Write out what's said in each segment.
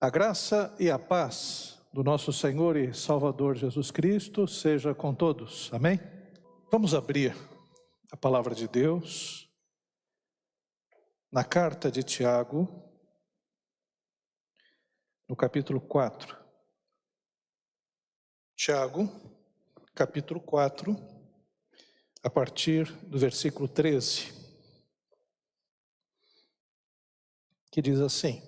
A graça e a paz do nosso Senhor e Salvador Jesus Cristo seja com todos. Amém? Vamos abrir a palavra de Deus na carta de Tiago, no capítulo 4. Tiago, capítulo 4, a partir do versículo 13, que diz assim: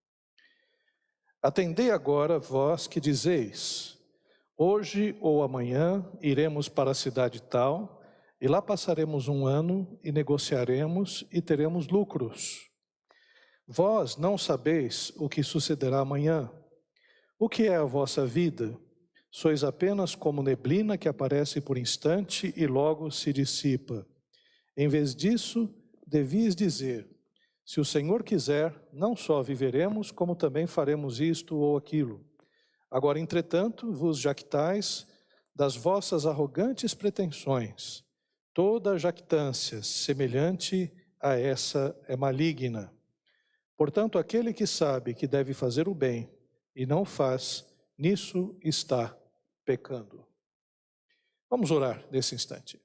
Atendei agora, vós que dizeis, hoje ou amanhã iremos para a cidade tal, e lá passaremos um ano e negociaremos e teremos lucros. Vós não sabeis o que sucederá amanhã. O que é a vossa vida? Sois apenas como neblina que aparece por instante e logo se dissipa. Em vez disso, devias dizer: se o Senhor quiser, não só viveremos, como também faremos isto ou aquilo. Agora, entretanto, vos jactais das vossas arrogantes pretensões. Toda jactância semelhante a essa é maligna. Portanto, aquele que sabe que deve fazer o bem e não faz, nisso está pecando. Vamos orar nesse instante.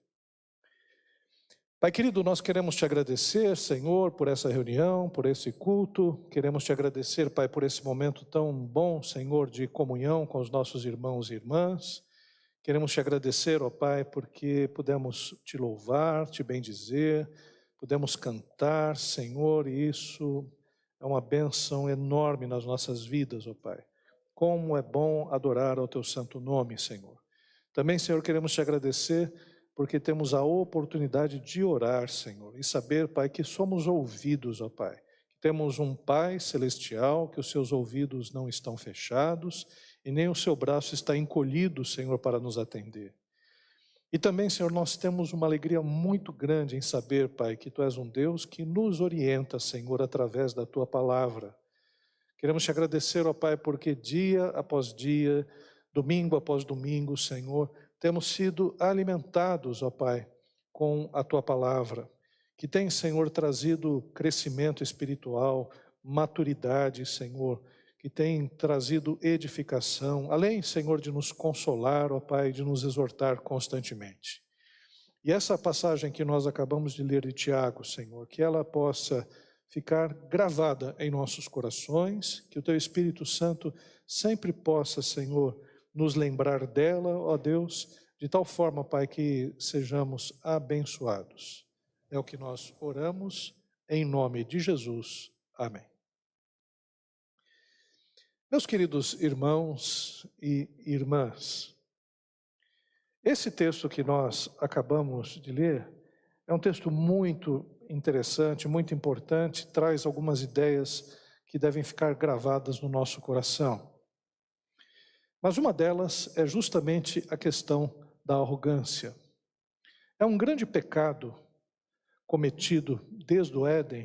Pai querido, nós queremos te agradecer, Senhor, por essa reunião, por esse culto. Queremos te agradecer, Pai, por esse momento tão bom, Senhor, de comunhão com os nossos irmãos e irmãs. Queremos te agradecer, ó Pai, porque pudemos te louvar, te bendizer, pudemos cantar, Senhor, e isso é uma bênção enorme nas nossas vidas, ó Pai. Como é bom adorar ao teu santo nome, Senhor. Também, Senhor, queremos te agradecer porque temos a oportunidade de orar, Senhor, e saber, Pai, que somos ouvidos, ó Pai. Temos um Pai celestial, que os seus ouvidos não estão fechados e nem o seu braço está encolhido, Senhor, para nos atender. E também, Senhor, nós temos uma alegria muito grande em saber, Pai, que Tu és um Deus que nos orienta, Senhor, através da Tua palavra. Queremos te agradecer, ó Pai, porque dia após dia, domingo após domingo, Senhor, temos sido alimentados, ó Pai, com a Tua palavra, que tem, Senhor, trazido crescimento espiritual, maturidade, Senhor, que tem trazido edificação, além, Senhor, de nos consolar, ó Pai, de nos exortar constantemente. E essa passagem que nós acabamos de ler de Tiago, Senhor, que ela possa ficar gravada em nossos corações, que o Teu Espírito Santo sempre possa, Senhor, nos lembrar dela, ó Deus, de tal forma, Pai, que sejamos abençoados. É o que nós oramos, em nome de Jesus. Amém. Meus queridos irmãos e irmãs, esse texto que nós acabamos de ler é um texto muito interessante, muito importante, traz algumas ideias que devem ficar gravadas no nosso coração. Mas uma delas é justamente a questão da arrogância. É um grande pecado cometido desde o Éden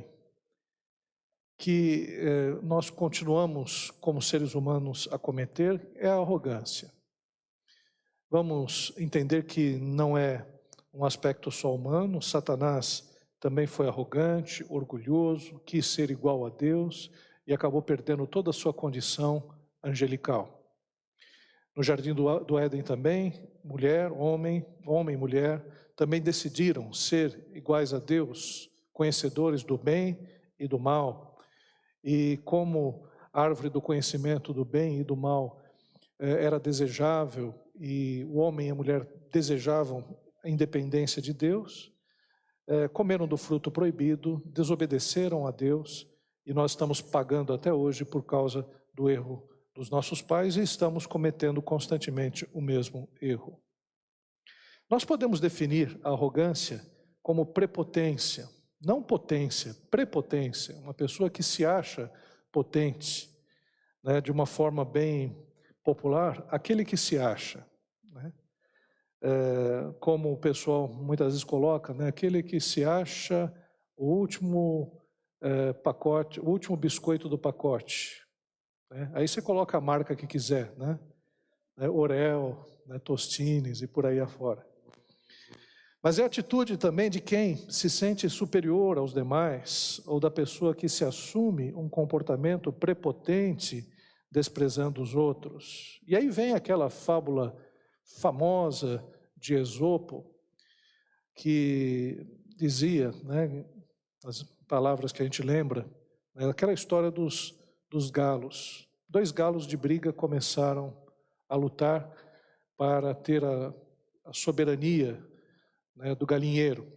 que nós continuamos como seres humanos a cometer, é a arrogância. Vamos entender que não é um aspecto só humano. Satanás também foi arrogante, orgulhoso, quis ser igual a Deus e acabou perdendo toda a sua condição angelical. No jardim do Éden também, mulher, homem e mulher também decidiram ser iguais a Deus, conhecedores do bem e do mal. E como a árvore do conhecimento do bem e do mal era desejável e o homem e a mulher desejavam a independência de Deus, comeram do fruto proibido, desobedeceram a Deus e nós estamos pagando até hoje por causa do erro dos nossos pais e estamos cometendo constantemente o mesmo erro. Nós podemos definir a arrogância como prepotência, não potência, prepotência, uma pessoa que se acha potente, né, de uma forma bem popular, aquele que se acha, né, como o pessoal muitas vezes coloca, né, aquele que se acha o último pacote, o último biscoito do pacote. Aí você coloca a marca que quiser, né? Oreo, né? Tostines e por aí afora. Mas é a atitude também de quem se sente superior aos demais, ou da pessoa que se assume um comportamento prepotente desprezando os outros. E aí vem aquela fábula famosa de Esopo, que dizia, né, as palavras que a gente lembra, né, aquela história dos galos. 2 galos de briga começaram a lutar para ter a soberania, né, do galinheiro.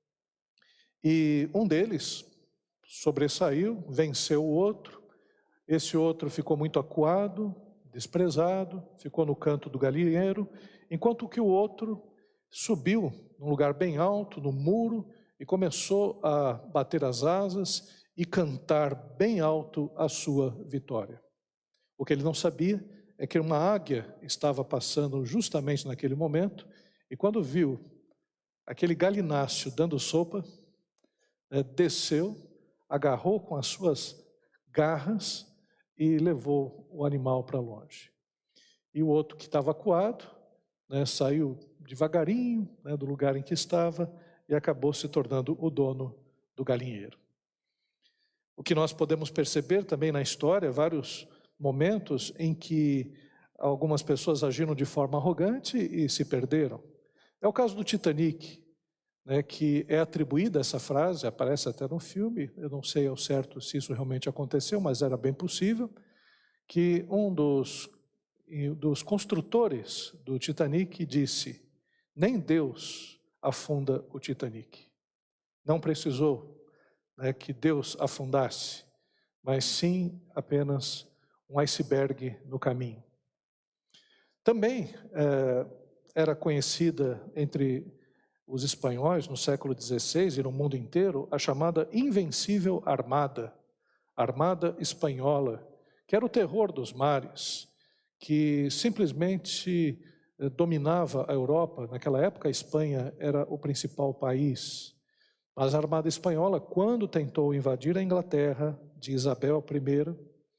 E um deles sobressaiu, venceu o outro. Esse outro ficou muito acuado, desprezado, ficou no canto do galinheiro, enquanto que o outro subiu num lugar bem alto, no muro, e começou a bater as asas e cantar bem alto a sua vitória. O que ele não sabia é que uma águia estava passando justamente naquele momento, e quando viu aquele galináceo dando sopa, desceu, agarrou com as suas garras e levou o animal para longe. E o outro que estava acuado, né, saiu devagarinho, né, do lugar em que estava e acabou se tornando o dono do galinheiro. O que nós podemos perceber também na história, vários momentos em que algumas pessoas agiram de forma arrogante e se perderam. É o caso do Titanic, né, que é atribuída essa frase, aparece até no filme, eu não sei ao certo se isso realmente aconteceu, mas era bem possível, que um dos construtores do Titanic disse: nem Deus afunda o Titanic. Não precisou, né, que Deus afundasse, mas sim apenas um iceberg no caminho. Também era conhecida entre os espanhóis no século XVI e no mundo inteiro a chamada Invencível Armada, Armada Espanhola, que era o terror dos mares, que simplesmente dominava a Europa. Naquela época a Espanha era o principal país. Mas a Armada Espanhola, quando tentou invadir a Inglaterra de Isabel I,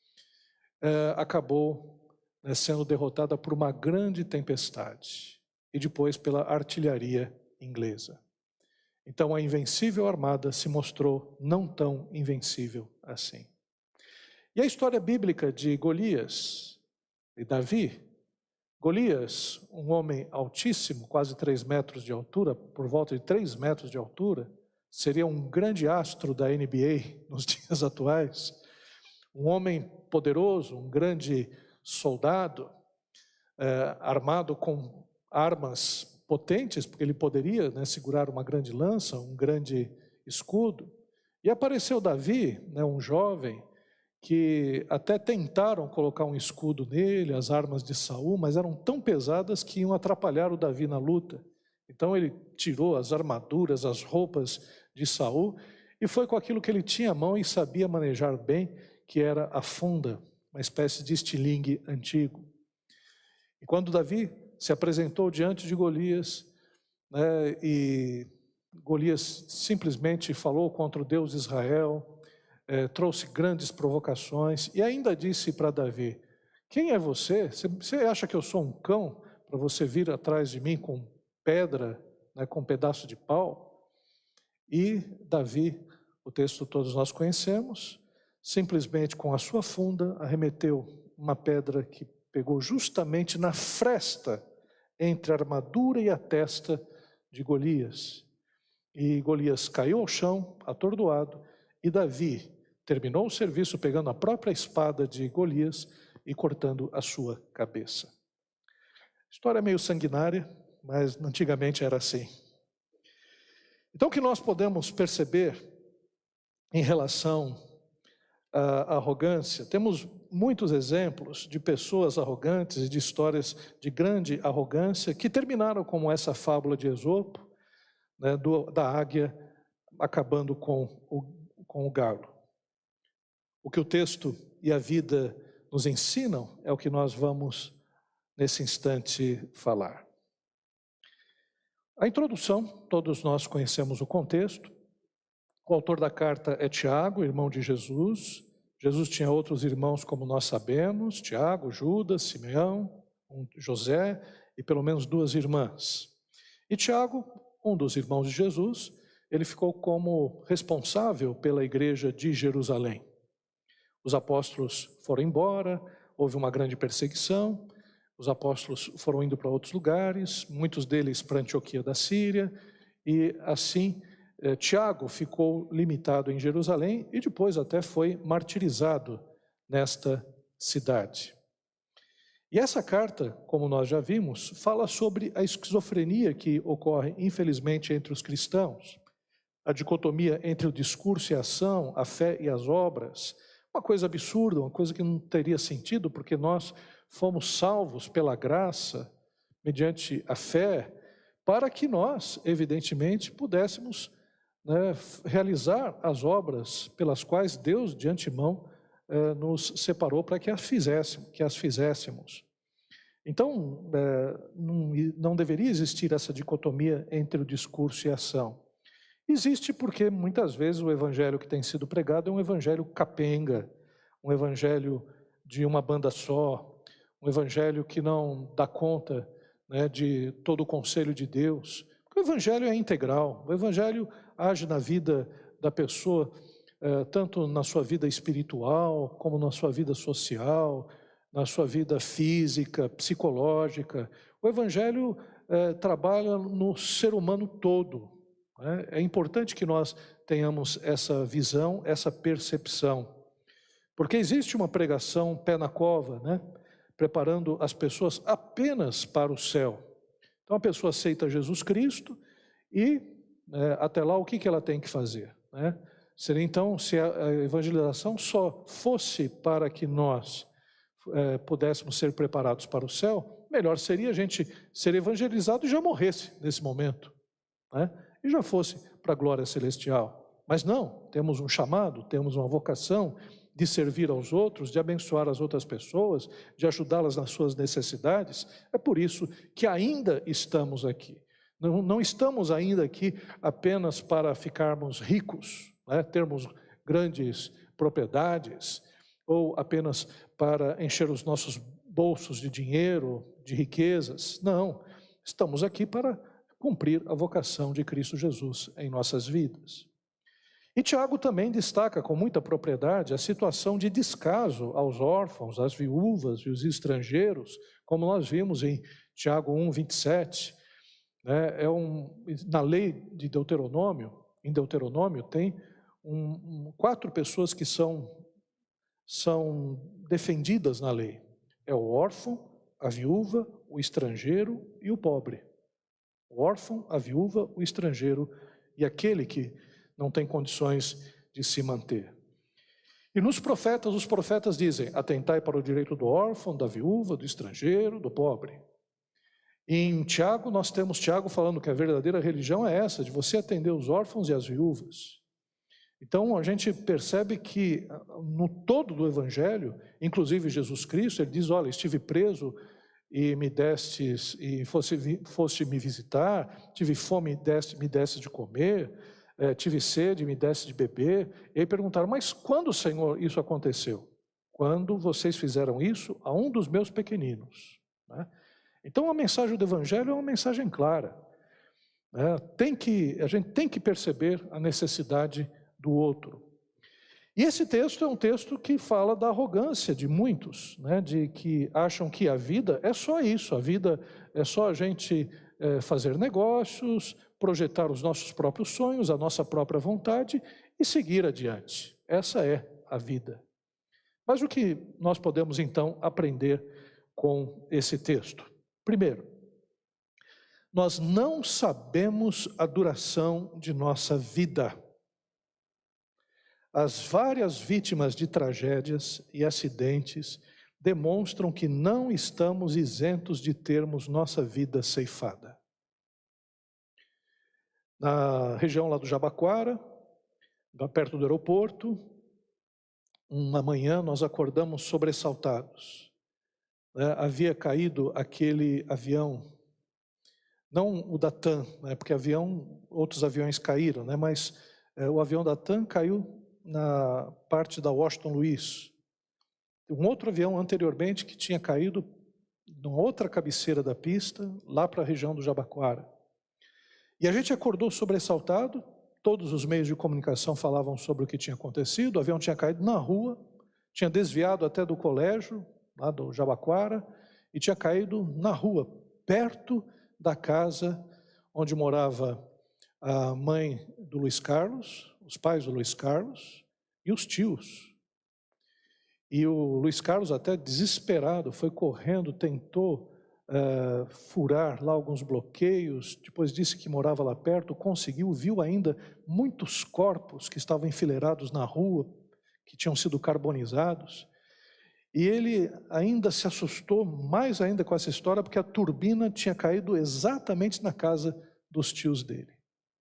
acabou sendo derrotada por uma grande tempestade e depois pela artilharia inglesa. Então a invencível armada se mostrou não tão invencível assim. E a história bíblica de Golias e Davi. Golias, um homem altíssimo, quase 3 metros de altura, por volta de 3 metros de altura, seria um grande astro da NBA nos dias atuais, um homem poderoso, um grande soldado, armado com armas potentes, porque ele poderia, né, segurar uma grande lança, um grande escudo. E apareceu Davi, né, um jovem, que até tentaram colocar um escudo nele, as armas de Saul, mas eram tão pesadas que iam atrapalhar o Davi na luta. Então ele tirou as armaduras, as roupas de Saul, e foi com aquilo que ele tinha à mão e sabia manejar bem, que era a funda, uma espécie de estilingue antigo. E quando Davi se apresentou diante de Golias, né, e Golias simplesmente falou contra o Deus de Israel, trouxe grandes provocações e ainda disse para Davi: quem é você? Você acha que eu sou um cão para você vir atrás de mim com pedra, né, com um pedaço de pau? E Davi, o texto todos nós conhecemos, simplesmente com a sua funda arremeteu uma pedra que pegou justamente na fresta entre a armadura e a testa de Golias. E Golias caiu ao chão, atordoado, e Davi terminou o serviço pegando a própria espada de Golias e cortando a sua cabeça. História meio sanguinária, mas antigamente era assim. Então o que nós podemos perceber em relação à arrogância? Temos muitos exemplos de pessoas arrogantes e de histórias de grande arrogância que terminaram como essa fábula de Esopo, né, da águia acabando com o galo. O que o texto e a vida nos ensinam é o que nós vamos, nesse instante, falar. A introdução, todos nós conhecemos o contexto. O autor da carta é Tiago, irmão de Jesus. Jesus tinha outros irmãos, como nós sabemos, Tiago, Judas, Simeão, José e pelo menos 2 irmãs. E Tiago, um dos irmãos de Jesus, ele ficou como responsável pela igreja de Jerusalém. Os apóstolos foram embora, houve uma grande perseguição, os apóstolos foram indo para outros lugares, muitos deles para Antioquia da Síria, e assim Tiago ficou limitado em Jerusalém e depois até foi martirizado nesta cidade. E essa carta, como nós já vimos, fala sobre a esquizofrenia que ocorre, infelizmente, entre os cristãos, a dicotomia entre o discurso e a ação, a fé e as obras, uma coisa absurda, uma coisa que não teria sentido, porque nós fomos salvos pela graça, mediante a fé, para que nós, evidentemente, pudéssemos realizar as obras pelas quais Deus, de antemão, nos separou para que as fizéssemos. Então, não deveria existir essa dicotomia entre o discurso e a ação. Existe porque muitas vezes o evangelho que tem sido pregado é um evangelho capenga, um evangelho de uma banda só, um evangelho que não dá conta de todo o conselho de Deus. Porque o evangelho é integral, o evangelho age na vida da pessoa, tanto na sua vida espiritual, como na sua vida social, na sua vida física, psicológica. O evangelho trabalha no ser humano todo. É importante que nós tenhamos essa visão, essa percepção. Porque existe uma pregação pé na cova, preparando as pessoas apenas para o céu. Então a pessoa aceita Jesus Cristo e até lá o que ela tem que fazer? Seria então, se a evangelização só fosse para que nós pudéssemos ser preparados para o céu, melhor seria a gente ser evangelizado e já morresse nesse momento, e já fosse para a glória celestial. Mas não, temos um chamado, temos uma vocação de servir aos outros, de abençoar as outras pessoas, de ajudá-las nas suas necessidades. É por isso que ainda estamos aqui. Não estamos ainda aqui apenas para ficarmos ricos, termos grandes propriedades, ou apenas para encher os nossos bolsos de dinheiro, de riquezas. Não, estamos aqui para cumprir a vocação de Cristo Jesus em nossas vidas. E Tiago também destaca com muita propriedade a situação de descaso aos órfãos, às viúvas e os estrangeiros, como nós vimos em Tiago 1:27. Na lei de Deuteronômio, em Deuteronômio tem 4 pessoas que são defendidas na lei. É o órfão, a viúva, o estrangeiro e o pobre. O órfão, a viúva, o estrangeiro e aquele que não tem condições de se manter. E nos profetas, os profetas dizem: atentai para o direito do órfão, da viúva, do estrangeiro, do pobre. E em Tiago, nós temos Tiago falando que a verdadeira religião é essa, de você atender os órfãos e as viúvas. Então a gente percebe que no todo do Evangelho, inclusive Jesus Cristo, ele diz: olha, estive preso e me destes, e foste me visitar, tive fome e me destes de comer, tive sede e me destes de beber. E aí perguntaram: mas quando, Senhor, isso aconteceu? Quando vocês fizeram isso a um dos meus pequeninos. Então a mensagem do Evangelho é uma mensagem clara. A gente tem que perceber a necessidade do outro. E esse texto é um texto que fala da arrogância de muitos, de que acham que a vida é só isso, a vida é só a gente fazer negócios, projetar os nossos próprios sonhos, a nossa própria vontade e seguir adiante. Essa é a vida. Mas o que nós podemos então aprender com esse texto? Primeiro, nós não sabemos a duração de nossa vida. As várias vítimas de tragédias e acidentes demonstram que não estamos isentos de termos nossa vida ceifada. Na região lá do Jabaquara, perto do aeroporto, uma manhã nós acordamos sobressaltados. Havia caído aquele avião, não o da TAM, porque outros aviões caíram, mas o avião da TAM caiu na parte da Washington Luiz. Um outro avião anteriormente que tinha caído numa outra cabeceira da pista, lá para a região do Jabaquara. E a gente acordou sobressaltado, todos os meios de comunicação falavam sobre o que tinha acontecido, o avião tinha caído na rua, tinha desviado até do colégio, lá do Jabaquara, e tinha caído na rua, perto da casa onde morava a mãe do Luiz Carlos, os pais do Luiz Carlos e os tios. E o Luiz Carlos, até desesperado, foi correndo, tentou furar lá alguns bloqueios, depois disse que morava lá perto, conseguiu, viu ainda muitos corpos que estavam enfileirados na rua, que tinham sido carbonizados. E ele ainda se assustou mais ainda com essa história, porque a turbina tinha caído exatamente na casa dos tios dele.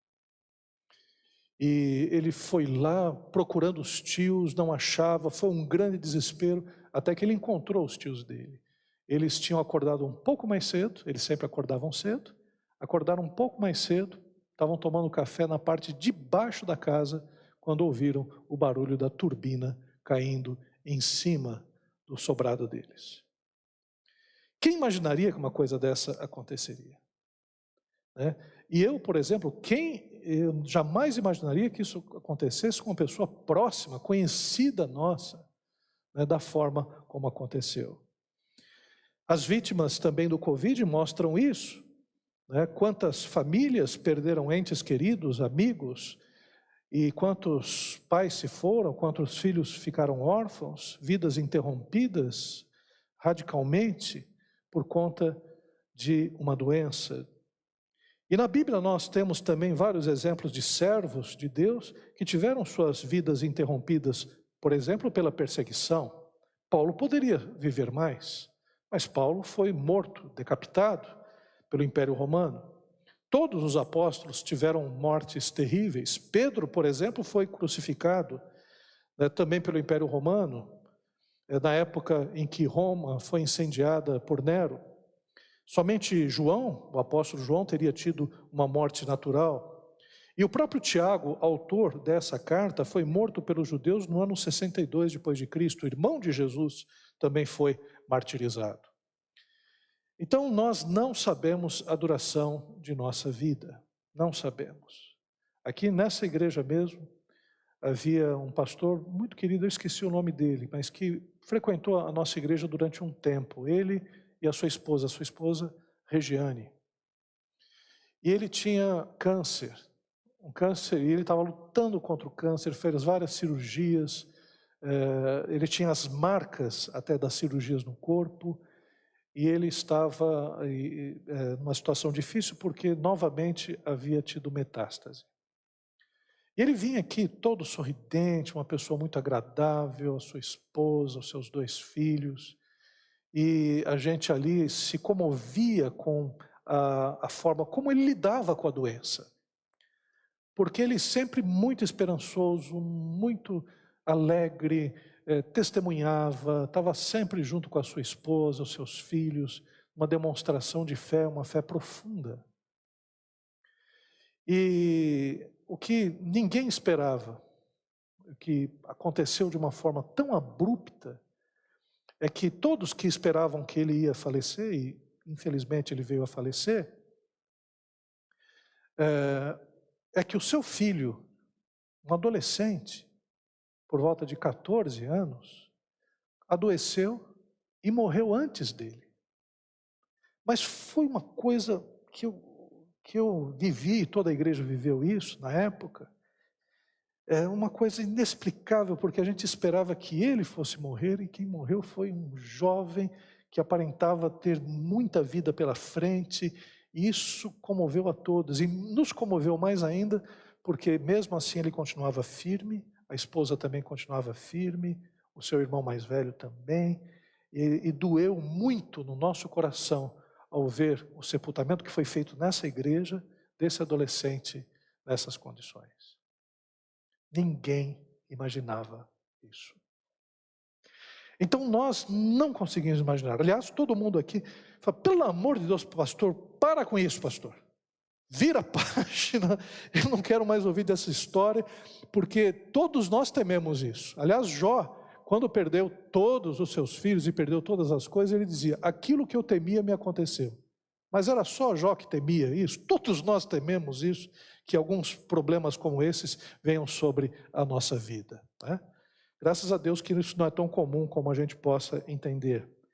E ele foi lá procurando os tios, não achava, foi um grande desespero, até que ele encontrou os tios dele. Eles tinham acordado um pouco mais cedo, eles sempre acordavam cedo, acordaram um pouco mais cedo, estavam tomando café na parte de baixo da casa, quando ouviram o barulho da turbina caindo em cima do sobrado deles. Quem imaginaria que uma coisa dessa aconteceria? Né? E eu, por exemplo, eu jamais imaginaria que isso acontecesse com uma pessoa próxima, conhecida nossa, né, da forma como aconteceu. As vítimas também do Covid mostram isso, né? Quantas famílias perderam entes queridos, amigos, e quantos pais se foram, quantos filhos ficaram órfãos, vidas interrompidas radicalmente por conta de uma doença. E na Bíblia nós temos também vários exemplos de servos de Deus que tiveram suas vidas interrompidas, por exemplo, pela perseguição. Paulo poderia viver mais, mas Paulo foi morto, decapitado pelo Império Romano. Todos os apóstolos tiveram mortes terríveis. Pedro, por exemplo, foi crucificado, né, também pelo Império Romano, na época em que Roma foi incendiada por Nero. Somente João, o apóstolo João, teria tido uma morte natural. E o próprio Tiago, autor dessa carta, foi morto pelos judeus no ano 62 depois de Cristo. O irmão de Jesus também foi martirizado. Então nós não sabemos a duração de nossa vida, não sabemos. Aqui nessa igreja mesmo, havia um pastor muito querido, eu esqueci o nome dele, mas que frequentou a nossa igreja durante um tempo, ele e a sua esposa Regiane. E ele tinha câncer, um câncer, e ele estava lutando contra o câncer, fez várias cirurgias, ele tinha as marcas até das cirurgias no corpo, e ele estava numa situação difícil porque novamente havia tido metástase. E ele vinha aqui todo sorridente, uma pessoa muito agradável, a sua esposa, os seus 2 filhos, e a gente ali se comovia com a forma como ele lidava com a doença, porque ele sempre muito esperançoso, muito alegre, testemunhava, estava sempre junto com a sua esposa, os seus filhos, uma demonstração de fé, uma fé profunda. E o que ninguém esperava, o que aconteceu de uma forma tão abrupta, é que todos que esperavam que ele ia falecer, e infelizmente ele veio a falecer, é que o seu filho, um adolescente, por volta de 14 anos, adoeceu e morreu antes dele. Mas foi uma coisa que eu vivi, toda a igreja viveu isso na época, é uma coisa inexplicável, porque a gente esperava que ele fosse morrer, e quem morreu foi um jovem que aparentava ter muita vida pela frente, e isso comoveu a todos, e nos comoveu mais ainda, porque mesmo assim ele continuava firme, a esposa também continuava firme, o seu irmão mais velho também, e doeu muito no nosso coração ao ver o sepultamento que foi feito nessa igreja, desse adolescente nessas condições. Ninguém imaginava isso. Então nós não conseguimos imaginar. Aliás, todo mundo aqui fala, pelo amor de Deus, pastor, para com isso, pastor. Vira a página, eu não quero mais ouvir dessa história, porque todos nós tememos isso. Aliás, Jó, quando perdeu todos os seus filhos e perdeu todas as coisas, ele dizia, aquilo que eu temia me aconteceu. Mas era só Jó que temia isso? Todos nós tememos isso, que alguns problemas como esses venham sobre a nossa vida, né? Graças a Deus que isso não é tão comum como a gente possa entender.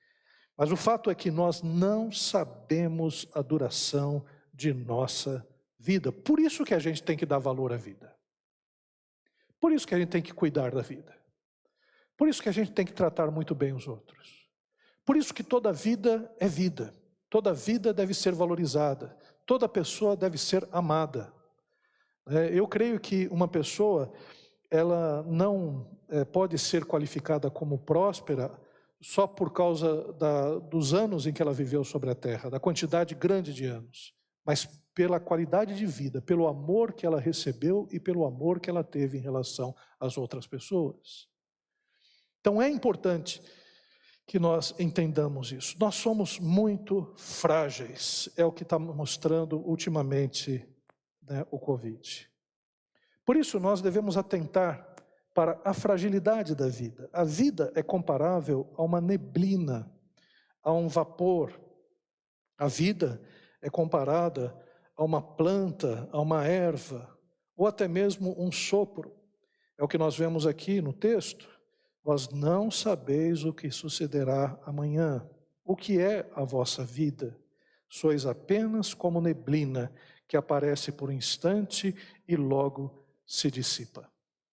Mas o fato é que nós não sabemos a duração de nossa vida. Por isso que a gente tem que dar valor à vida. Por isso que a gente tem que cuidar da vida. Por isso que a gente tem que tratar muito bem os outros. Por isso que toda vida é vida. Toda vida deve ser valorizada. Toda pessoa deve ser amada. Eu creio que uma pessoa, ela não pode ser qualificada como próspera só por causa dos anos em que ela viveu sobre a terra, da quantidade grande de anos, mas pela qualidade de vida, pelo amor que ela recebeu e pelo amor que ela teve em relação às outras pessoas. Então é importante que nós entendamos isso. Nós somos muito frágeis, é o que está mostrando ultimamente, né, o Covid. Por isso nós devemos atentar para a fragilidade da vida. A vida é comparável a uma neblina, a um vapor. A vida é comparada a uma planta, a uma erva, ou até mesmo um sopro. É o que nós vemos aqui no texto. Vós não sabeis o que sucederá amanhã. O que é a vossa vida? Sois apenas como neblina que aparece por um instante e logo se dissipa.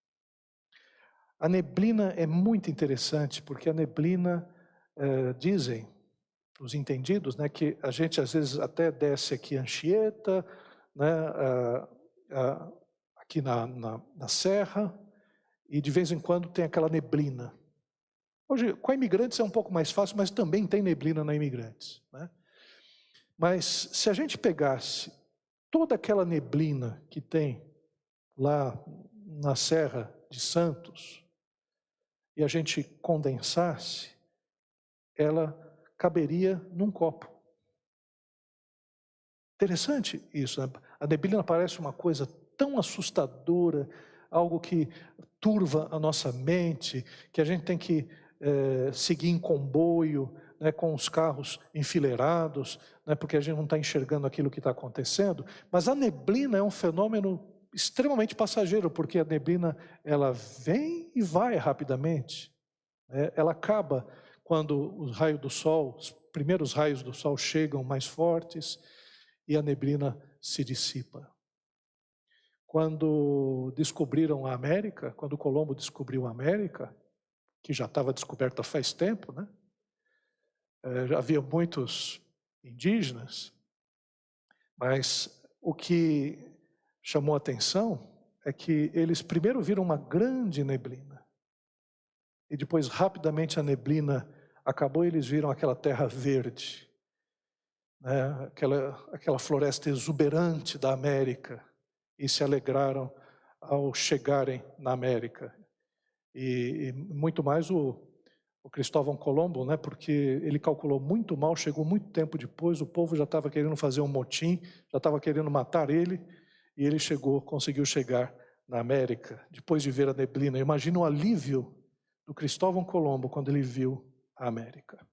A neblina é muito interessante, porque a neblina, dizem os entendidos, né, que a gente às vezes até desce aqui Anchieta, né, aqui na Serra, e de vez em quando tem aquela neblina. Hoje, com a Imigrantes é um pouco mais fácil, mas também tem neblina na Imigrantes, né? Mas se a gente pegasse toda aquela neblina que tem lá na Serra de Santos, e a gente condensasse, ela caberia num copo. Interessante isso, né? A neblina parece uma coisa tão assustadora, algo que turva a nossa mente, que a gente tem que seguir em comboio, né, com os carros enfileirados, né, porque a gente não está enxergando aquilo que está acontecendo. Mas a neblina é um fenômeno extremamente passageiro, porque a neblina ela vem e vai rapidamente. Ela acaba quando os raios do sol, os primeiros raios do sol chegam mais fortes e a neblina se dissipa. Quando descobriram a América, quando Colombo descobriu a América, que já estava descoberta faz tempo, né? Já havia muitos indígenas, mas o que chamou a atenção é que eles primeiro viram uma grande neblina e depois rapidamente a neblina acabou e eles viram aquela terra verde, né? aquela floresta exuberante da América, e se alegraram ao chegarem na América. E muito mais o Cristóvão Colombo, né? Porque ele calculou muito mal, chegou muito tempo depois, o povo já estava querendo fazer um motim, já estava querendo matar ele, e ele conseguiu chegar na América, depois de ver a neblina. Imagina o alívio do Cristóvão Colombo quando ele viu a América.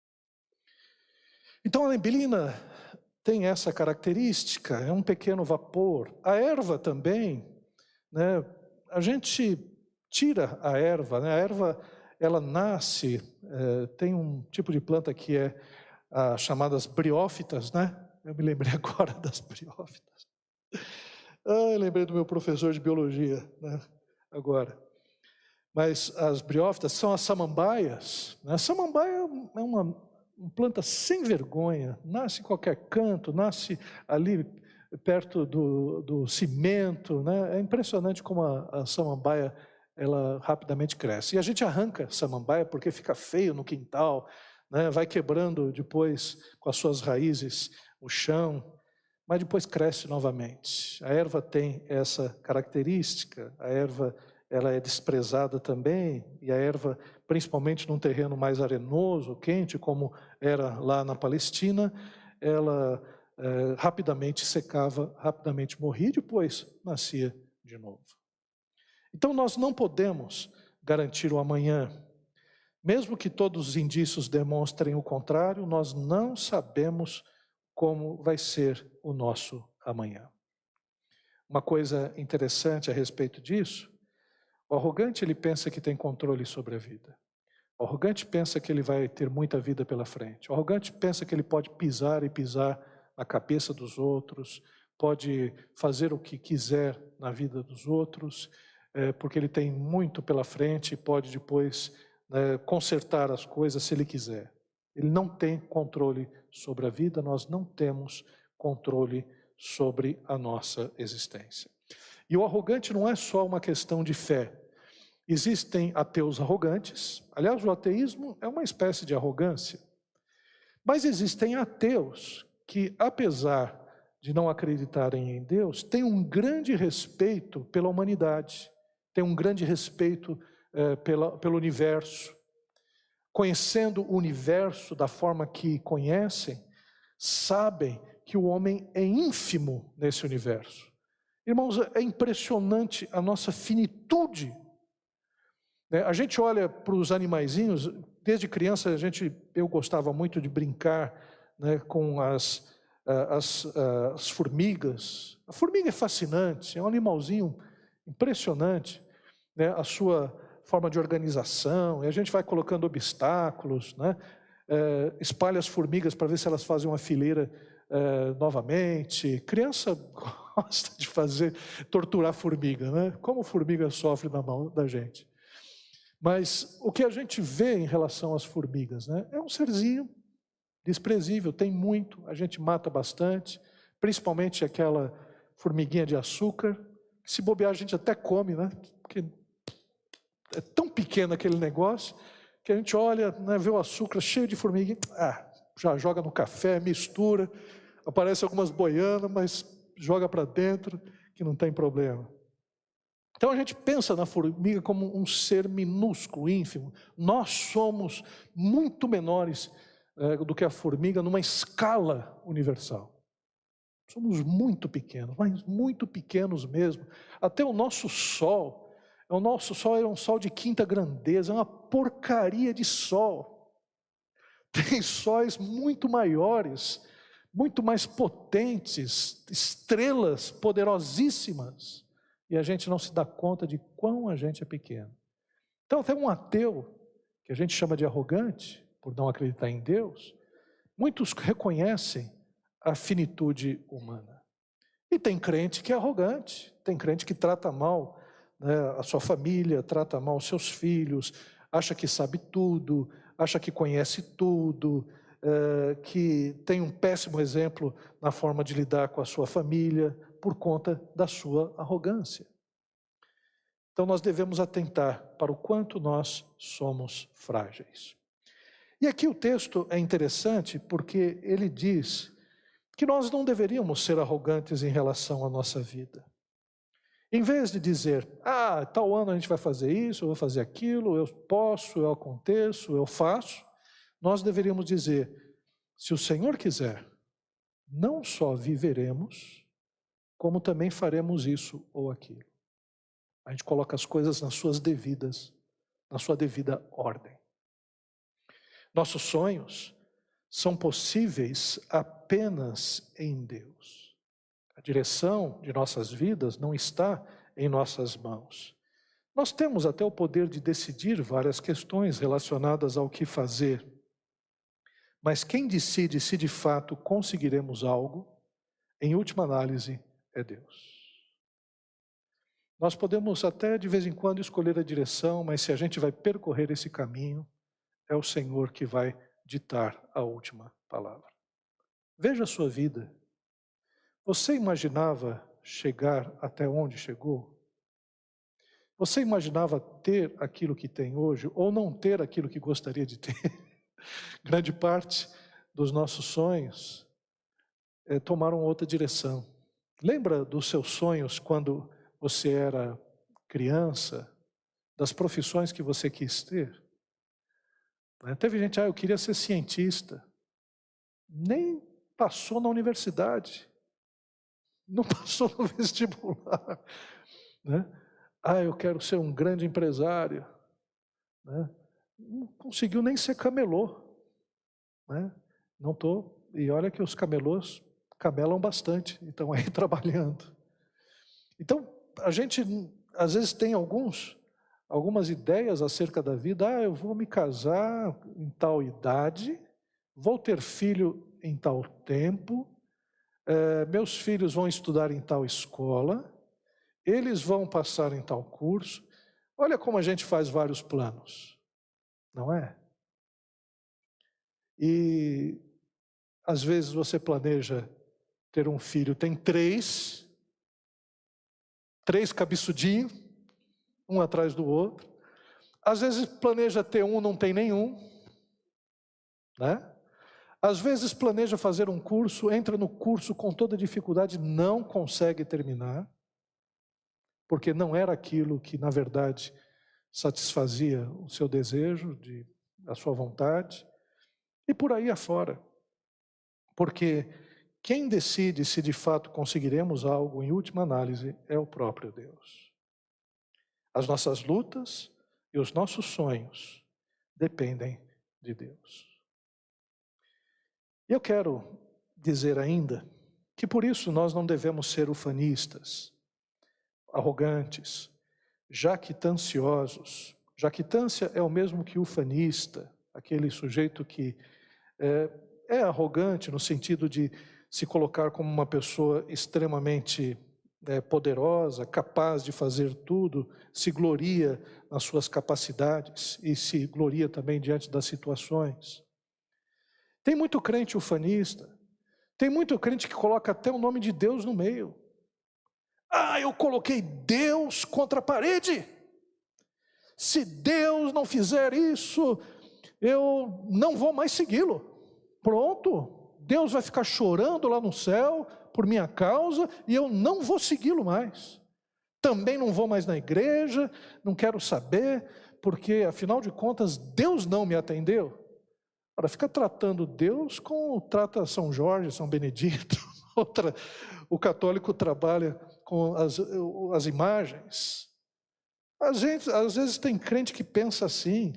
Então a neblina tem essa característica, é um pequeno vapor. A erva também, né? A gente tira a erva, né? A erva, ela nasce, tem um tipo de planta que é chamadas briófitas, né? Eu me lembrei agora das briófitas. Eu lembrei do meu professor de biologia, né? Agora. Mas as briófitas são as samambaias, né? A samambaia é uma planta sem vergonha, nasce em qualquer canto, nasce ali perto do cimento, né? É impressionante como a samambaia ela rapidamente cresce. E a gente arranca samambaia porque fica feio no quintal, né? Vai quebrando depois com as suas raízes o chão, mas depois cresce novamente. A erva tem essa característica, a erva ela é desprezada também, e a erva, principalmente num terreno mais arenoso, quente, como era lá na Palestina, ela rapidamente secava, rapidamente morria e depois nascia de novo. Então nós não podemos garantir o amanhã. Mesmo que todos os indícios demonstrem o contrário, nós não sabemos como vai ser o nosso amanhã. Uma coisa interessante a respeito disso, o arrogante ele pensa que tem controle sobre a vida. O arrogante pensa que ele vai ter muita vida pela frente. O arrogante pensa que ele pode pisar e pisar na cabeça dos outros, pode fazer o que quiser na vida dos outros, porque ele tem muito pela frente e pode depois consertar as coisas se ele quiser. Ele não tem controle sobre a vida, nós não temos controle sobre a nossa existência. E o arrogante não é só uma questão de fé. Existem ateus arrogantes, aliás, o ateísmo é uma espécie de arrogância, mas existem ateus que, apesar de não acreditarem em Deus, têm um grande respeito pela humanidade, têm um grande respeito pelo universo. Conhecendo o universo da forma que conhecem, sabem que o homem é ínfimo nesse universo. Irmãos, é impressionante a nossa finitude. A gente olha para os animaizinhos, desde criança eu gostava muito de brincar, né, com as formigas. A formiga é fascinante, é um animalzinho impressionante, né, a sua forma de organização, e a gente vai colocando obstáculos, né, espalha as formigas para ver se elas fazem uma fileira novamente. Criança gosta de torturar formiga, né? Como formiga sofre na mão da gente. Mas o que a gente vê em relação às formigas, né, é um serzinho desprezível, tem muito, a gente mata bastante, principalmente aquela formiguinha de açúcar, que se bobear a gente até come, né, porque é tão pequeno aquele negócio, que a gente olha, né, vê o açúcar cheio de formiguinha, já joga no café, mistura, aparece algumas boianas, mas joga para dentro, que não tem problema. Então a gente pensa na formiga como um ser minúsculo, ínfimo. Nós somos muito menores do que a formiga numa escala universal. Somos muito pequenos, mas muito pequenos mesmo. Até o nosso Sol é um sol de quinta grandeza, é uma porcaria de sol. Tem sóis muito maiores, muito mais potentes, estrelas poderosíssimas. E a gente não se dá conta de quão a gente é pequeno. Então, até um ateu, que a gente chama de arrogante, por não acreditar em Deus, muitos reconhecem a finitude humana. E tem crente que é arrogante, tem crente que trata mal, né, a sua família, trata mal os seus filhos, acha que sabe tudo, acha que conhece tudo, que tem um péssimo exemplo na forma de lidar com a sua família, por conta da sua arrogância. Então nós devemos atentar para o quanto nós somos frágeis. E aqui o texto é interessante porque ele diz que nós não deveríamos ser arrogantes em relação à nossa vida. Em vez de dizer, tal ano a gente vai fazer isso, eu vou fazer aquilo, eu posso, eu aconteço, eu faço, nós deveríamos dizer, se o Senhor quiser, não só viveremos, como também faremos isso ou aquilo. A gente coloca as coisas na sua devida ordem. Nossos sonhos são possíveis apenas em Deus. A direção de nossas vidas não está em nossas mãos. Nós temos até o poder de decidir várias questões relacionadas ao que fazer. Mas quem decide se de fato conseguiremos algo, em última análise, é Deus. Nós podemos até de vez em quando escolher a direção, mas se a gente vai percorrer esse caminho, é o Senhor que vai ditar a última palavra. Veja a sua vida. Você imaginava chegar até onde chegou? Você imaginava ter aquilo que tem hoje ou não ter aquilo que gostaria de ter? Grande parte dos nossos sonhos tomaram outra direção. Lembra dos seus sonhos quando você era criança, das profissões que você quis ter? Teve gente, eu queria ser cientista. Nem passou na universidade. Não passou no vestibular. Né? Eu quero ser um grande empresário. Né? Não conseguiu nem ser camelô. Né? Não tô. E olha que os camelôs camelam bastante, estão aí trabalhando. Então, a gente, às vezes, tem alguns algumas ideias acerca da vida. Ah, eu vou me casar em tal idade, vou ter filho em tal tempo, meus filhos vão estudar em tal escola, eles vão passar em tal curso. Olha como a gente faz vários planos, não é? E às vezes você planeja ter um filho, tem três cabeçudinhos, um atrás do outro. Às vezes planeja ter um, não tem nenhum, né? Às vezes planeja fazer um curso, entra no curso com toda dificuldade, não consegue terminar, porque não era aquilo que na verdade satisfazia o seu desejo, a sua vontade, e por aí afora. Porque quem decide se de fato conseguiremos algo, em última análise, é o próprio Deus. As nossas lutas e os nossos sonhos dependem de Deus. Eu quero dizer ainda que por isso nós não devemos ser ufanistas, arrogantes, jactanciosos. Jactância é o mesmo que ufanista, aquele sujeito que é arrogante no sentido de se colocar como uma pessoa extremamente poderosa, capaz de fazer tudo, se gloria nas suas capacidades e se gloria também diante das situações. Tem muito crente ufanista, tem muito crente que coloca até o nome de Deus no meio. Ah, eu coloquei Deus contra a parede. Se Deus não fizer isso, eu não vou mais segui-lo. Pronto, Deus vai ficar chorando lá no céu por minha causa e eu não vou segui-lo mais. Também não vou mais na igreja, não quero saber, porque afinal de contas Deus não me atendeu. Ora, fica tratando Deus como trata São Jorge, São Benedito. O católico trabalha com as imagens. Às vezes tem crente que pensa assim,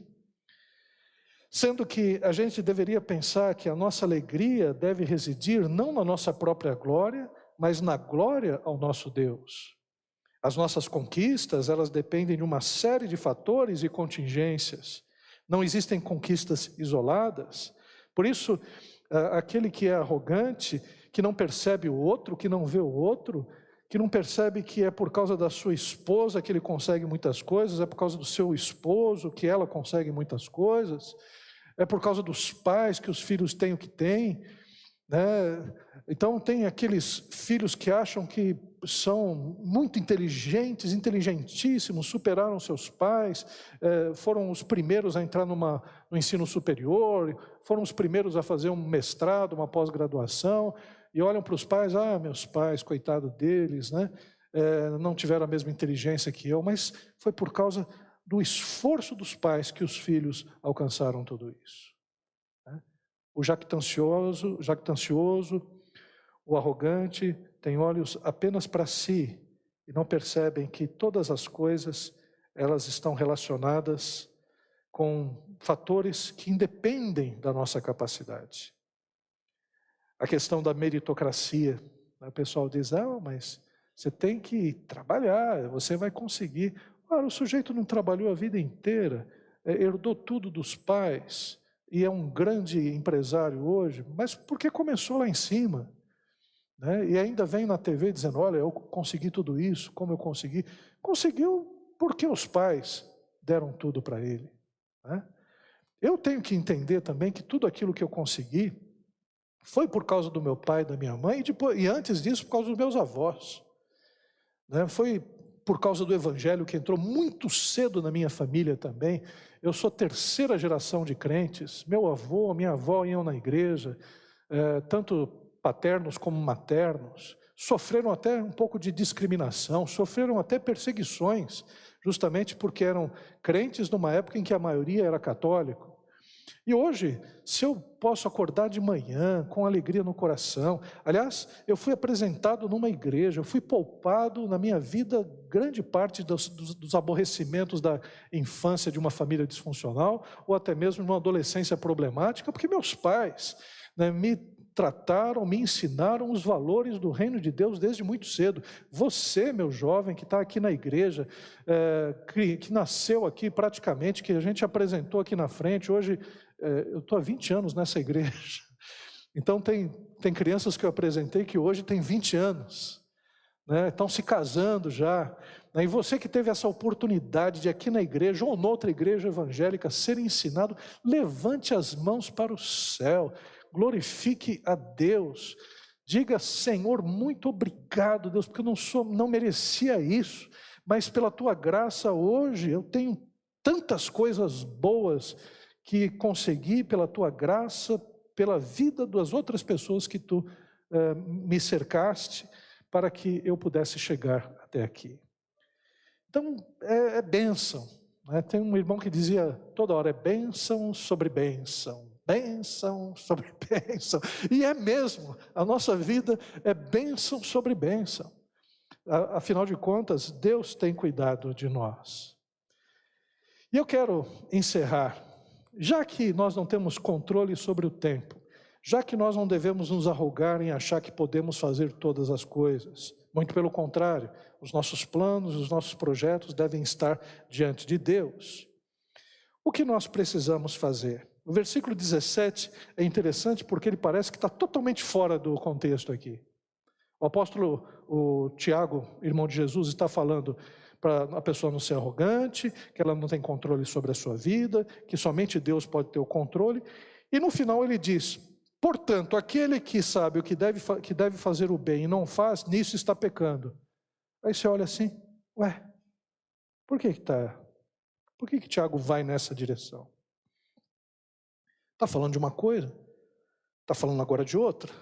sendo que a gente deveria pensar que a nossa alegria deve residir não na nossa própria glória, mas na glória ao nosso Deus. As nossas conquistas, elas dependem de uma série de fatores e contingências. Não existem conquistas isoladas. Por isso, aquele que é arrogante, que não percebe o outro, que não vê o outro, que não percebe que é por causa da sua esposa que ele consegue muitas coisas, é por causa do seu esposo que ela consegue muitas coisas, é por causa dos pais que os filhos têm o que têm, né? Então tem aqueles filhos que acham que são muito inteligentes, inteligentíssimos, superaram seus pais, foram os primeiros a entrar no ensino superior, foram os primeiros a fazer um mestrado, uma pós-graduação, e olham para os pais, meus pais, coitado deles, né? Não tiveram a mesma inteligência que eu, mas foi por causa do esforço dos pais que os filhos alcançaram tudo isso. Né? O jactancioso, o arrogante, tem olhos apenas para si e não percebem que todas as coisas, elas estão relacionadas com fatores que independem da nossa capacidade. A questão da meritocracia, né? O pessoal diz, mas você tem que trabalhar, você vai conseguir. Ora, o sujeito não trabalhou a vida inteira, herdou tudo dos pais e é um grande empresário hoje, mas porque começou lá em cima, né? E ainda vem na TV dizendo, olha, eu consegui tudo isso, como eu consegui? Conseguiu porque os pais deram tudo para ele, né? Eu tenho que entender também que tudo aquilo que eu consegui foi por causa do meu pai e da minha mãe, e antes disso por causa dos meus avós, né? Foi por causa do evangelho que entrou muito cedo na minha família também. Eu sou terceira geração de crentes, meu avô, minha avó iam na igreja, tanto paternos como maternos, sofreram até um pouco de discriminação, sofreram até perseguições, justamente porque eram crentes numa época em que a maioria era católico. E hoje, se eu posso acordar de manhã com alegria no coração, aliás, eu fui apresentado numa igreja, eu fui poupado na minha vida grande parte dos aborrecimentos da infância de uma família disfuncional, ou até mesmo de uma adolescência problemática, porque meus pais, né, me trataram, me ensinaram os valores do reino de Deus desde muito cedo. Você, meu jovem, que está aqui na igreja, que nasceu aqui praticamente, que a gente apresentou aqui na frente, hoje eu estou há 20 anos nessa igreja, então tem crianças que eu apresentei que hoje têm 20 anos, né? Estão se casando já, né? E você que teve essa oportunidade de aqui na igreja ou noutra igreja evangélica ser ensinado, levante as mãos para o céu, glorifique a Deus, diga: Senhor, muito obrigado, Deus, porque eu não merecia isso, mas pela tua graça hoje eu tenho tantas coisas boas que consegui pela tua graça, pela vida das outras pessoas que tu me cercaste, para que eu pudesse chegar até aqui. Então, é bênção, né? Tem um irmão que dizia toda hora: é bênção sobre bênção, bênção sobre bênção. E é mesmo, a nossa vida é bênção sobre bênção. Afinal de contas, Deus tem cuidado de nós. E eu quero encerrar, já que nós não temos controle sobre o tempo, já que nós não devemos nos arrogar em achar que podemos fazer todas as coisas, muito pelo contrário, os nossos planos, os nossos projetos devem estar diante de Deus. O que nós precisamos fazer? O versículo 17 é interessante porque ele parece que está totalmente fora do contexto aqui. O apóstolo, o Tiago, irmão de Jesus, está falando para a pessoa não ser arrogante, que ela não tem controle sobre a sua vida, que somente Deus pode ter o controle. E no final ele diz: portanto, aquele que sabe o que deve fazer o bem e não faz, nisso está pecando. Aí você olha assim: ué, por que Tiago vai nessa direção? Está falando de uma coisa, está falando agora de outra.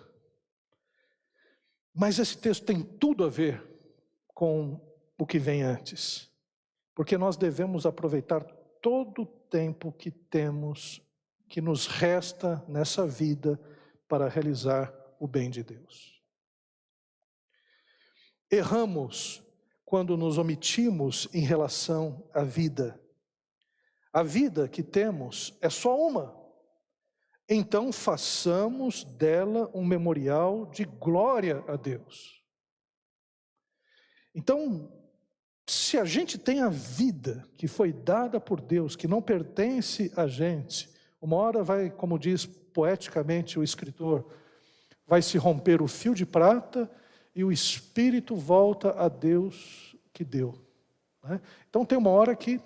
Mas esse texto tem tudo a ver com o que vem antes, porque nós devemos aproveitar todo o tempo que temos, que nos resta nessa vida, para realizar o bem de Deus. Erramos quando nos omitimos em relação à vida. A vida que temos é só uma. Então façamos dela um memorial de glória a Deus. Então, se a gente tem a vida que foi dada por Deus, que não pertence a gente, uma hora vai, como diz poeticamente o escritor, vai se romper o fio de prata e o espírito volta a Deus que deu, né? Então tem uma hora que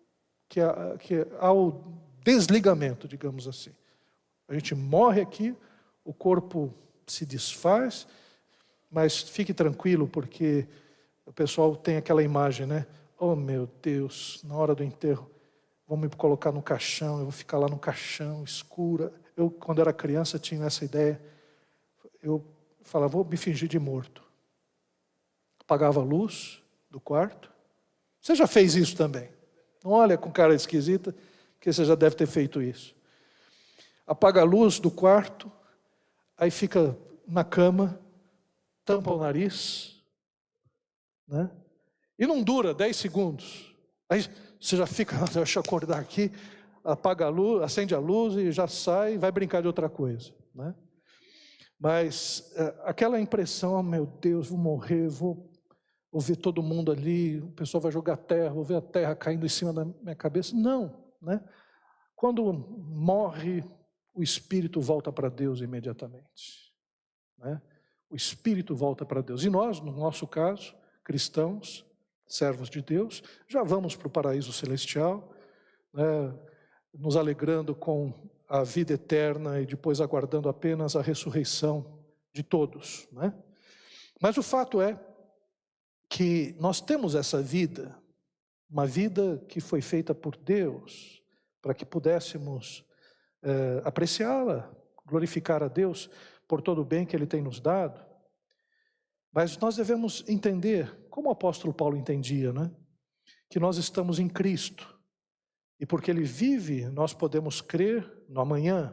há o desligamento, digamos assim. A gente morre aqui, o corpo se desfaz, mas fique tranquilo, porque o pessoal tem aquela imagem, né? Oh meu Deus, na hora do enterro, vão me colocar no caixão, eu vou ficar lá no caixão, escura. Eu, quando era criança, tinha essa ideia. Eu falava: vou me fingir de morto. Apagava a luz do quarto. Você já fez isso também? Não olha com cara esquisita, porque você já deve ter feito isso. Apaga a luz do quarto, aí fica na cama, tampa o nariz, né? E não dura 10 segundos. Aí você já fica: deixa eu acordar aqui, apaga a luz, acende a luz e já sai e vai brincar de outra coisa, né? Mas aquela impressão: oh, meu Deus, vou morrer, vou ver todo mundo ali, o pessoal vai jogar terra, vou ver a terra caindo em cima da minha cabeça. Não, né? Quando morre, o espírito volta para Deus imediatamente, né? O espírito volta para Deus. E nós, no nosso caso, cristãos, servos de Deus, já vamos para o paraíso celestial, né, nos alegrando com a vida eterna e depois aguardando apenas a ressurreição de todos, né? Mas o fato é que nós temos essa vida, uma vida que foi feita por Deus, para que pudéssemos apreciá-la, glorificar a Deus por todo o bem que Ele tem nos dado. Mas nós devemos entender, como o apóstolo Paulo entendia, né? Que nós estamos em Cristo. E porque Ele vive, nós podemos crer no amanhã.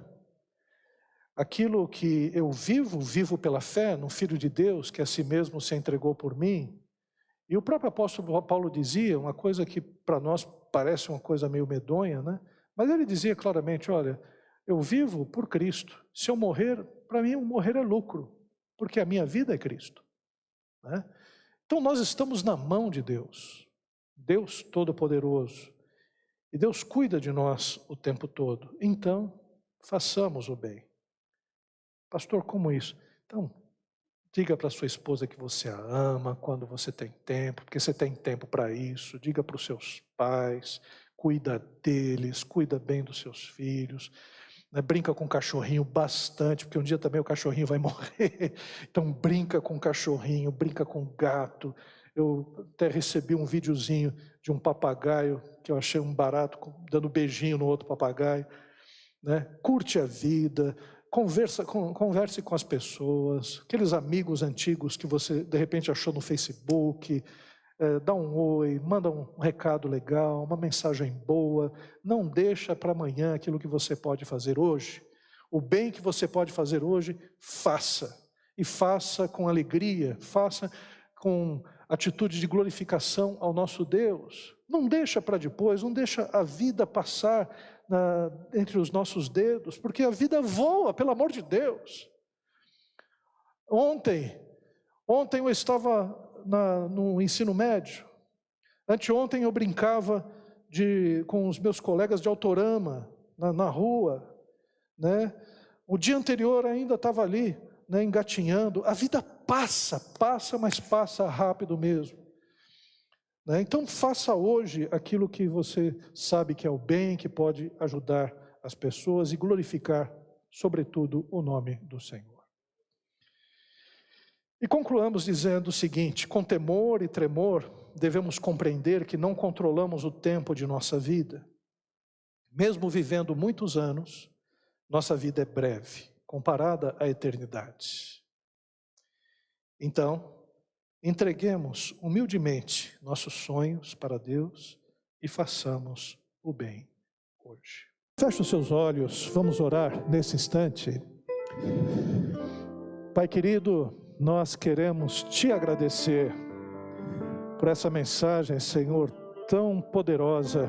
Aquilo que eu vivo pela fé no Filho de Deus, que a si mesmo se entregou por mim. E o próprio apóstolo Paulo dizia, uma coisa que para nós parece uma coisa meio medonha, né? Mas ele dizia claramente: olha, eu vivo por Cristo. Se eu morrer, para mim o morrer é lucro, porque a minha vida é Cristo, né? Então nós estamos na mão de Deus, Deus Todo-Poderoso, e Deus cuida de nós o tempo todo. Então, façamos o bem. Pastor, como isso? Então, diga para sua esposa que você a ama quando você tem tempo, porque você tem tempo para isso. Diga para os seus pais, cuida deles, cuida bem dos seus filhos. Né? Brinca com o cachorrinho bastante, porque um dia também o cachorrinho vai morrer. Então brinca com o cachorrinho, brinca com o gato. Eu até recebi um videozinho de um papagaio, que eu achei um barato, dando beijinho no outro papagaio. Né? Curte a vida, converse com as pessoas, aqueles amigos antigos que você de repente achou no Facebook, dá um oi, manda um recado legal, uma mensagem boa. Não deixa para amanhã aquilo que você pode fazer hoje. O bem que você pode fazer hoje, faça. E faça com alegria, faça com atitude de glorificação ao nosso Deus. Não deixa para depois, não deixa a vida passar entre os nossos dedos, porque a vida voa, pelo amor de Deus. Ontem eu estava no ensino médio. Anteontem eu brincava com os meus colegas de Autorama, na rua, né? O dia anterior ainda estava ali, né, engatinhando. A vida passa, mas passa rápido mesmo. Né? Então faça hoje aquilo que você sabe que é o bem, que pode ajudar as pessoas e glorificar, sobretudo, o nome do Senhor. E concluamos dizendo o seguinte: com temor e tremor, devemos compreender que não controlamos o tempo de nossa vida. Mesmo vivendo muitos anos, nossa vida é breve, comparada à eternidade. Então, entreguemos humildemente nossos sonhos para Deus e façamos o bem hoje. Feche os seus olhos, vamos orar nesse instante. Pai querido, nós queremos te agradecer por essa mensagem, Senhor, tão poderosa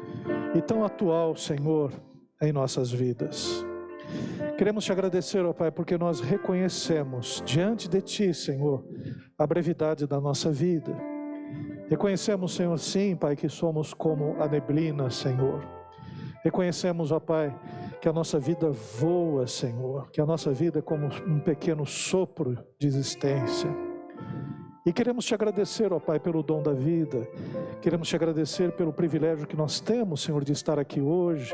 e tão atual, Senhor, em nossas vidas. Queremos te agradecer, ó Pai, porque nós reconhecemos diante de Ti, Senhor, a brevidade da nossa vida. Reconhecemos, Senhor, sim, Pai, que somos como a neblina, Senhor. Reconhecemos, ó Pai, que a nossa vida voa, Senhor, que a nossa vida é como um pequeno sopro de existência. E queremos te agradecer, ó Pai, pelo dom da vida. Queremos te agradecer pelo privilégio que nós temos, Senhor, de estar aqui hoje.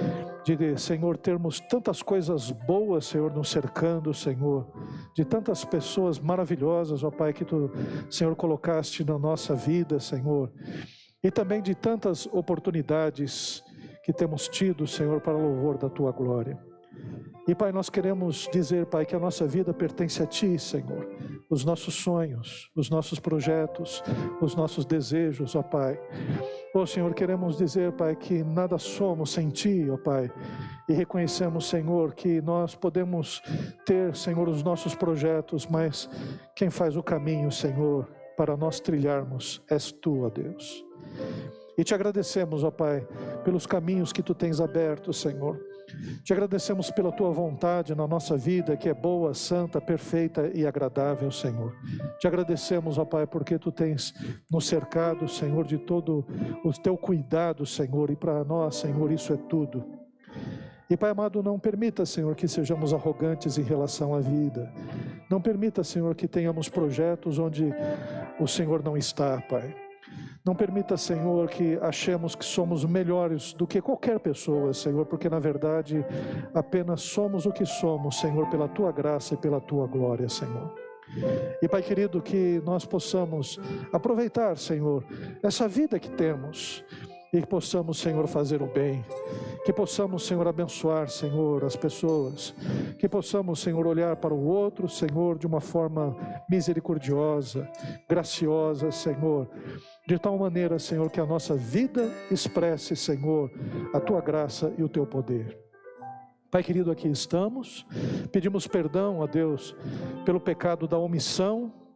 De, Senhor, termos tantas coisas boas, Senhor, nos cercando, Senhor. De tantas pessoas maravilhosas, ó Pai, que Tu, Senhor, colocaste na nossa vida, Senhor. E também de tantas oportunidades que temos tido, Senhor, para louvor da Tua glória. E, Pai, nós queremos dizer, Pai, que a nossa vida pertence a Ti, Senhor. Os nossos sonhos, os nossos projetos, os nossos desejos, ó Pai. Ó Senhor, queremos dizer, Pai, que nada somos sem Ti, ó Pai. E reconhecemos, Senhor, que nós podemos ter, Senhor, os nossos projetos, mas quem faz o caminho, Senhor, para nós trilharmos, és Tu, ó Deus. E te agradecemos, ó Pai, pelos caminhos que Tu tens aberto, Senhor. Te agradecemos pela Tua vontade na nossa vida, que é boa, santa, perfeita e agradável, Senhor. Te agradecemos, ó Pai, porque Tu tens nos cercado, Senhor, de todo o Teu cuidado, Senhor, e para nós, Senhor, isso é tudo. E, Pai amado, não permita, Senhor, que sejamos arrogantes em relação à vida. Não permita, Senhor, que tenhamos projetos onde o Senhor não está, Pai. Não permita, Senhor, que achemos que somos melhores do que qualquer pessoa, Senhor, porque na verdade apenas somos o que somos, Senhor, pela Tua graça e pela Tua glória, Senhor. E, Pai querido, que nós possamos aproveitar, Senhor, essa vida que temos e que possamos, Senhor, fazer o bem, que possamos, Senhor, abençoar, Senhor, as pessoas, que possamos, Senhor, olhar para o outro, Senhor, de uma forma misericordiosa, graciosa, Senhor, de tal maneira, Senhor, que a nossa vida expresse, Senhor, a Tua graça e o Teu poder. Pai querido, aqui estamos, pedimos perdão a Deus pelo pecado da omissão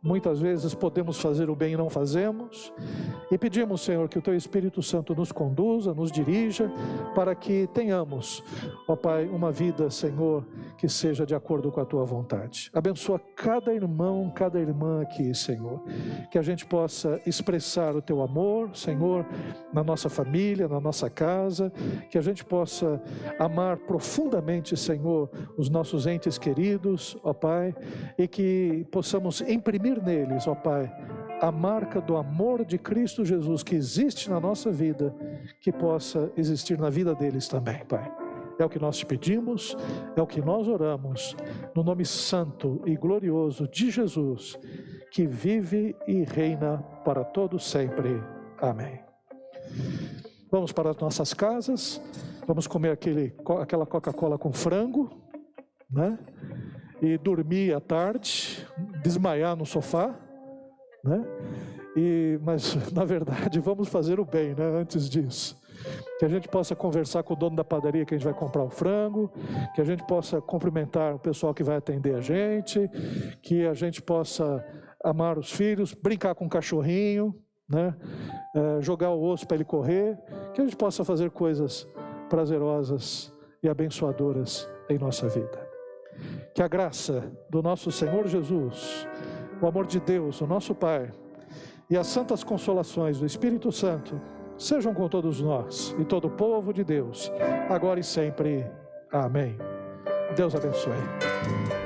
muitas vezes podemos fazer o bem e não fazemos, e pedimos, Senhor, que o Teu Espírito Santo nos conduza, nos dirija, para que tenhamos, ó Pai, uma vida, Senhor, que seja de acordo com a Tua vontade. Abençoa cada irmão, cada irmã aqui, Senhor, que a gente possa expressar o Teu amor, Senhor, na nossa família, na nossa casa, que a gente possa amar profundamente, Senhor, os nossos entes queridos, ó Pai, e que possamos imprimir neles, ó Pai, a marca do amor de Cristo Jesus que existe na nossa vida, que possa existir na vida deles também, Pai. É o que nós te pedimos, é o que nós oramos, no nome santo e glorioso de Jesus, que vive e reina para todos sempre. Amém. Vamos para as nossas casas, vamos comer aquela Coca-Cola com frango, né? E dormir à tarde, desmaiar no sofá, né? Mas na verdade vamos fazer o bem, né? Antes disso, que a gente possa conversar com o dono da padaria que a gente vai comprar o frango, que a gente possa cumprimentar o pessoal que vai atender a gente, que a gente possa amar os filhos, brincar com o cachorrinho, né? Jogar o osso para ele correr, que a gente possa fazer coisas prazerosas e abençoadoras em nossa vida. Que a graça do nosso Senhor Jesus, o amor de Deus, o nosso Pai, e as santas consolações do Espírito Santo sejam com todos nós e todo o povo de Deus, agora e sempre. Amém. Deus abençoe.